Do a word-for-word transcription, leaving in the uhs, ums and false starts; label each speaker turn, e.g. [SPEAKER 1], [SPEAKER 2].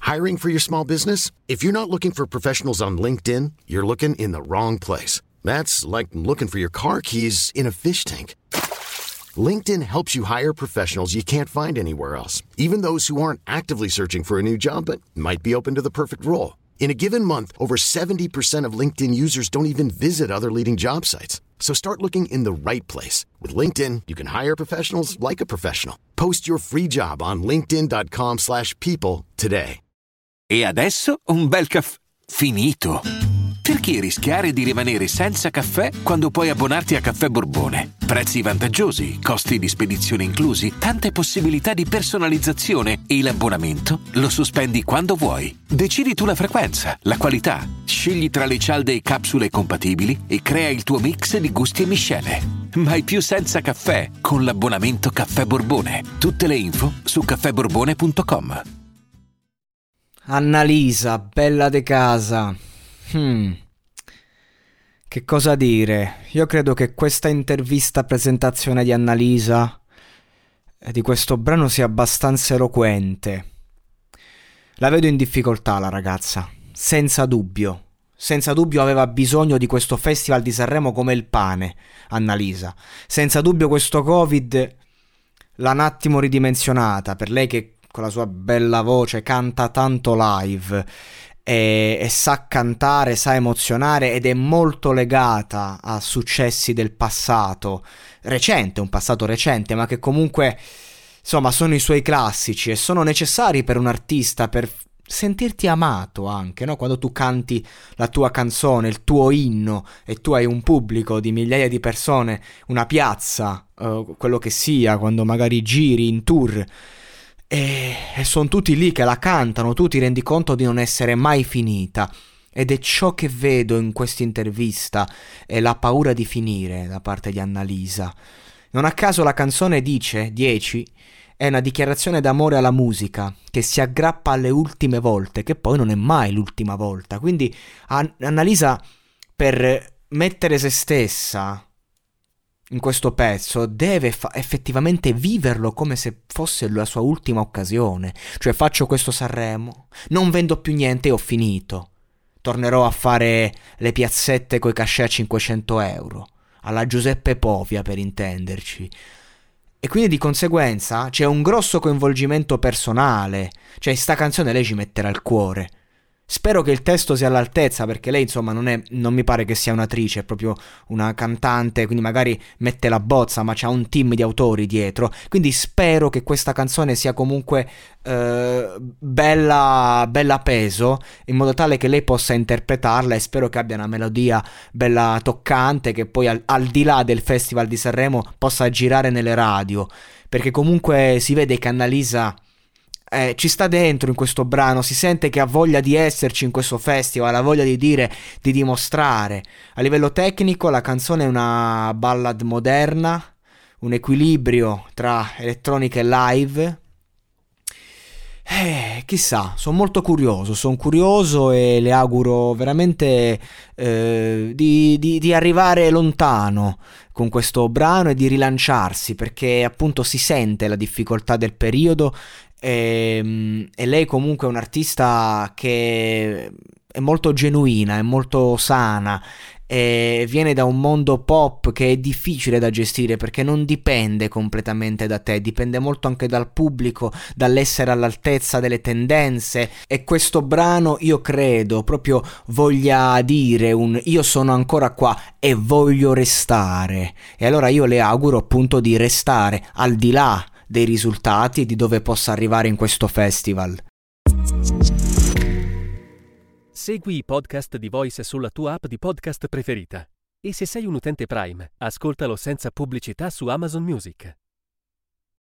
[SPEAKER 1] Hiring for your small business? If you're not looking for professionals on LinkedIn, you're looking in the wrong place. That's like looking for your car keys in a fish tank. LinkedIn helps you hire professionals you can't find anywhere else, even those who aren't actively searching for a new job but might be open to the perfect role. In a given month, over seventy percent of LinkedIn users don't even visit other leading job sites. So start looking in the right place. With LinkedIn, you can hire professionals like a professional. Post your free job on linkedin.com slash people today.
[SPEAKER 2] E adesso un bel caffè finito. Perché rischiare di rimanere senza caffè quando puoi abbonarti a Caffè Borbone? Prezzi vantaggiosi, costi di spedizione inclusi, tante possibilità di personalizzazione e l'abbonamento lo sospendi quando vuoi. Decidi tu la frequenza, la qualità, scegli tra le cialde e capsule compatibili e crea il tuo mix di gusti e miscele. Mai più senza caffè con l'abbonamento Caffè Borbone. Tutte le info su caffè borbone punto com.
[SPEAKER 3] Annalisa, bella de casa. Hmm. Che cosa dire? Io credo che questa intervista presentazione di Annalisa eh, di questo brano sia abbastanza eloquente. La vedo in difficoltà la ragazza, senza dubbio. Senza dubbio aveva bisogno di questo Festival di Sanremo come il pane, Annalisa. Senza dubbio questo Covid l'ha un attimo ridimensionata, per lei che con la sua bella voce canta tanto live e, e sa cantare, sa emozionare ed è molto legata a successi del passato recente, un passato recente, ma che comunque insomma sono i suoi classici e sono necessari per un artista per sentirti amato anche, no? Quando tu canti la tua canzone, il tuo inno e tu hai un pubblico di migliaia di persone, una piazza, uh, quello che sia, quando magari giri in tour e, e sono tutti lì che la cantano, tu ti rendi conto di non essere mai finita. Ed è ciò che vedo in questa intervista, è la paura di finire da parte di Annalisa. Non a caso la canzone dice, dieci, è una dichiarazione d'amore alla musica che si aggrappa alle ultime volte, che poi non è mai l'ultima volta. Quindi An- Annalisa, per mettere se stessa in questo pezzo, deve fa- effettivamente viverlo come se fosse la sua ultima occasione. Cioè, faccio questo Sanremo, non vendo più niente e ho finito. Tornerò a fare le piazzette coi cachet a cinquecento euro, alla Giuseppe Povia per intenderci. E quindi di conseguenza c'è un grosso coinvolgimento personale. Cioè, in sta canzone lei ci metterà il cuore. Spero che il testo sia all'altezza, perché lei insomma non è, non mi pare che sia un'attrice, è proprio una cantante, quindi magari mette la bozza, ma c'ha un team di autori dietro. Quindi spero che questa canzone sia comunque eh, bella, bella peso, in modo tale che lei possa interpretarla, e spero che abbia una melodia bella toccante, che poi al, al di là del Festival di Sanremo possa girare nelle radio, perché comunque si vede che Annalisa Eh, ci sta dentro in questo brano, si sente che ha voglia di esserci in questo festival, ha voglia di dire, di dimostrare. A livello tecnico la canzone è una ballad moderna, un equilibrio tra elettronica e live. Eh, chissà, sono molto curioso, sono curioso e le auguro veramente eh, di, di, di arrivare lontano con questo brano e di rilanciarsi, perché appunto si sente la difficoltà del periodo. E, e lei comunque è un'artista che è molto genuina, è molto sana, e viene da un mondo pop che è difficile da gestire, perché non dipende completamente da te, dipende molto anche dal pubblico, dall'essere all'altezza delle tendenze. E questo brano io credo proprio voglia dire un io sono ancora qua e voglio restare, e allora io le auguro appunto di restare al di là dei risultati e di dove possa arrivare in questo festival.
[SPEAKER 4] Segui i podcast di Voice sulla tua app di podcast preferita. E se sei un utente Prime, ascoltalo senza pubblicità su Amazon Music.